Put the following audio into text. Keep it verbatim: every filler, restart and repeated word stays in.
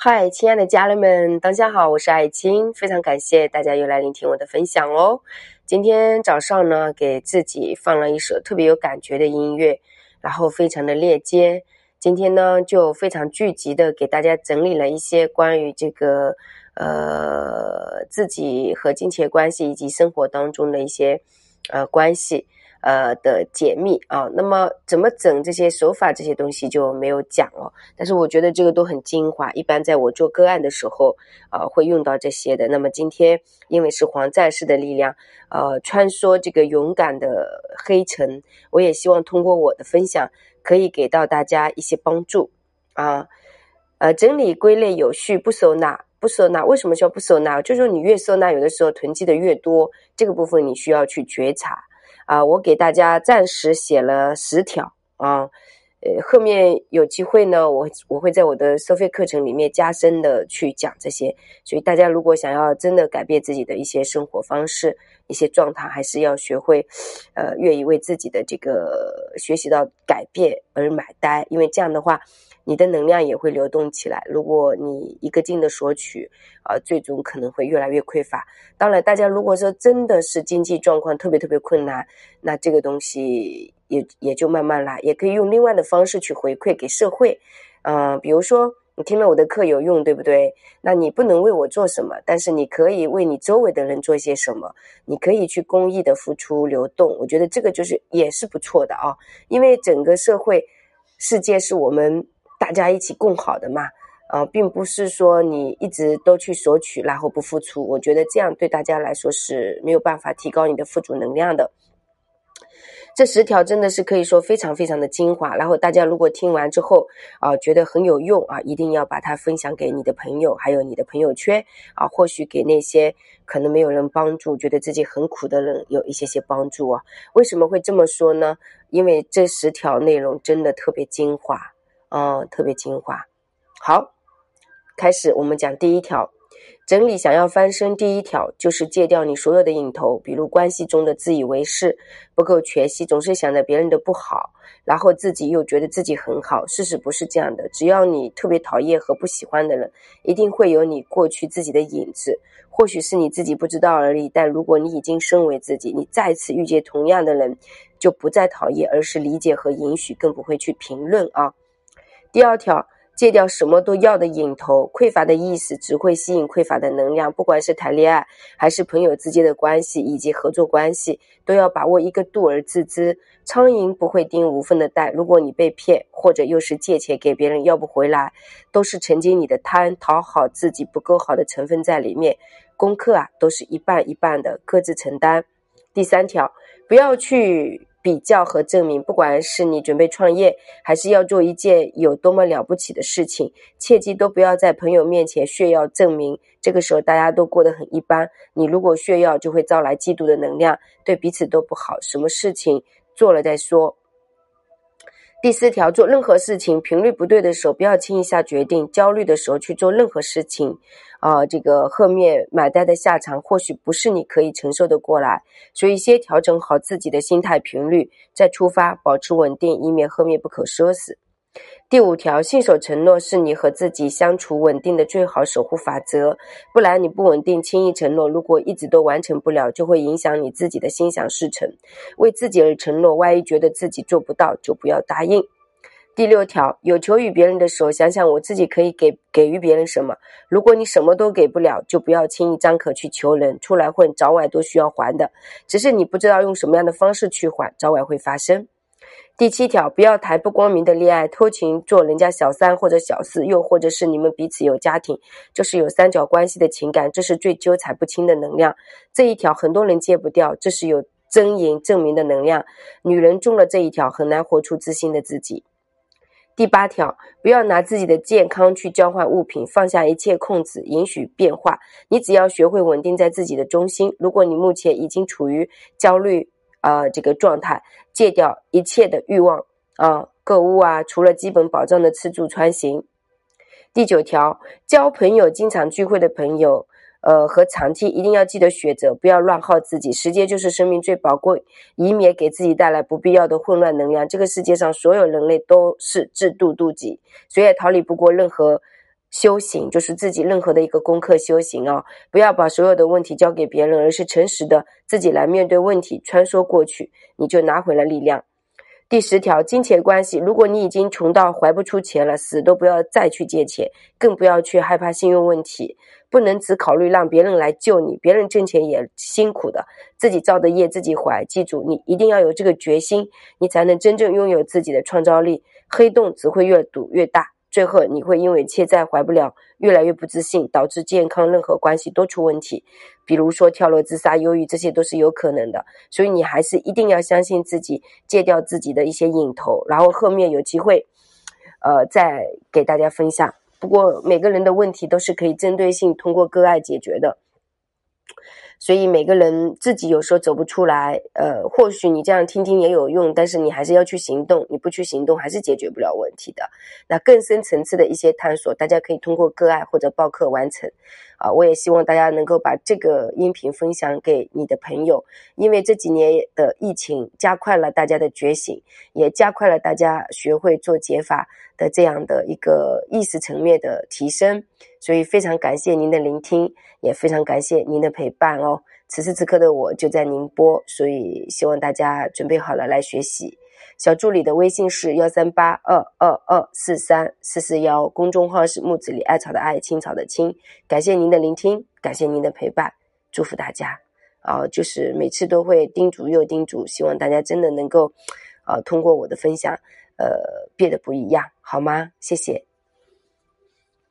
嗨，亲爱的家人们，当下好，我是爱青，非常感谢大家又来聆听我的分享哦。今天早上呢，给自己放了一首特别有感觉的音乐，然后非常的链接。今天呢，就非常聚集的给大家整理了一些关于这个呃自己和金钱关系以及生活当中的一些呃关系。呃的解密啊，那么怎么整这些手法这些东西就没有讲了，但是我觉得这个都很精华，一般在我做个案的时候呃会用到这些的。那么今天因为是黄战士的力量呃穿梭这个勇敢的黑尘，我也希望通过我的分享可以给到大家一些帮助啊。呃整理归类有序，不收纳不收纳，为什么叫不收纳？就是说你越收纳，有的时候囤积的越多，这个部分你需要去觉察啊。我给大家暂时写了十条啊，呃，后面有机会呢，我我会在我的收费课程里面加深的去讲这些。所以大家如果想要真的改变自己的一些生活方式、一些状态，还是要学会，呃，愿意为自己的这个学习到改变而买单，因为这样的话，你的能量也会流动起来。如果你一个劲的索取，呃，最终可能会越来越匮乏。当然，大家如果说真的是经济状况特别特别困难，那这个东西也也就慢慢来，也可以用另外的方式去回馈给社会。嗯、呃，比如说你听了我的课有用，对不对？那你不能为我做什么，但是你可以为你周围的人做一些什么，你可以去公益的付出流动，我觉得这个就是也是不错的啊。因为整个社会世界是我们大家一起共好的嘛。呃，并不是说你一直都去索取然后不付出，我觉得这样对大家来说是没有办法提高你的富足能量的。这十条真的是可以说非常非常的精华，然后大家如果听完之后啊、呃、觉得很有用啊，一定要把它分享给你的朋友，还有你的朋友圈啊，或许给那些可能没有人帮助，觉得自己很苦的人有一些些帮助啊。为什么会这么说呢？因为这十条内容真的特别精华啊、呃，特别精华。好，开始我们讲第一条，整理想要翻身，第一条就是戒掉你所有的瘾头，比如关系中的自以为是，不够全息，总是想着别人的不好，然后自己又觉得自己很好。事实不是这样的，只要你特别讨厌和不喜欢的人，一定会有你过去自己的影子，或许是你自己不知道而已，但如果你已经身为自己，你再次遇见同样的人，就不再讨厌，而是理解和允许，更不会去评论啊。第二条，戒掉什么都要的瘾头，匮乏的意识只会吸引匮乏的能量，不管是谈恋爱还是朋友之间的关系以及合作关系，都要把握一个度而自知。苍蝇不会叮无缝的蛋，如果你被骗，或者又是借钱给别人要不回来，都是曾经你的贪讨好自己不够好的成分在里面。功课啊，都是一半一半的，各自承担。第三条，不要去比较和证明，不管是你准备创业还是要做一件有多么了不起的事情，切记都不要在朋友面前炫耀证明，这个时候大家都过得很一般，你如果炫耀就会招来嫉妒的能量，对彼此都不好，什么事情做了再说。第四条，做任何事情频率不对的时候不要轻易下决定，焦虑的时候去做任何事情啊、呃，这个后面买单的下场或许不是你可以承受的过来，所以先调整好自己的心态频率再出发，保持稳定，以免后面不可收拾。第五条，信守承诺是你和自己相处稳定的最好守护法则，不然你不稳定，轻易承诺，如果一直都完成不了，就会影响你自己的心想事成。为自己而承诺，万一觉得自己做不到，就不要答应。第六条，有求于别人的时候，想想我自己可以给给予别人什么。如果你什么都给不了，就不要轻易张口去求人，出来混早晚都需要还的，只是你不知道用什么样的方式去还，早晚会发生。第七条，不要谈不光明的恋爱，偷情做人家小三或者小四，又或者是你们彼此有家庭，就是有三角关系的情感，这是最纠缠不清的能量。这一条很多人戒不掉，这是有真言证明的能量，女人中了这一条很难活出自信的自己。第八条，不要拿自己的健康去交换物品，放下一切控制，允许变化。你只要学会稳定在自己的中心。如果你目前已经处于焦虑呃这个状态，戒掉一切的欲望啊、呃，购物啊，除了基本保障的吃住穿行。第九条，交朋友经常聚会的朋友呃和长期一定要记得选择，不要乱耗自己，时间就是生命最宝贵，以免给自己带来不必要的混乱能量。这个世界上所有人类都是自度度己，谁也逃离不过任何修行，就是自己任何的一个功课修行啊，不要把所有的问题交给别人，而是诚实的自己来面对问题，穿梭过去，你就拿回了力量。第十条，金钱关系，如果你已经穷到还不出钱了，死都不要再去借钱，更不要去害怕信用问题，不能只考虑让别人来救你，别人挣钱也辛苦的，自己造的业自己还，记住你一定要有这个决心，你才能真正拥有自己的创造力，黑洞只会越堵越大，最后你会因为欠债还不了，越来越不自信，导致健康任何关系都出问题，比如说跳楼自杀、忧郁，这些都是有可能的。所以你还是一定要相信自己，戒掉自己的一些瘾头，然后后面有机会呃，再给大家分享。不过每个人的问题都是可以针对性通过个案解决的，所以每个人自己有时候走不出来，呃，或许你这样听听也有用，但是你还是要去行动，你不去行动还是解决不了问题的。那更深层次的一些探索，大家可以通过个案或者报课完成。啊，我也希望大家能够把这个音频分享给你的朋友，因为这几年的疫情加快了大家的觉醒，也加快了大家学会做解法的这样的一个意识层面的提升。所以非常感谢您的聆听，也非常感谢您的陪伴哦。此时此刻的我就在宁波，所以希望大家准备好了来学习。小助理的微信是一三八二二二四三四四一，公众号是木子李艾草的艾，青草的青。感谢您的聆听，感谢您的陪伴，祝福大家啊！就是每次都会叮嘱又叮嘱，希望大家真的能够啊，通过我的分享呃变得不一样，好吗？谢谢。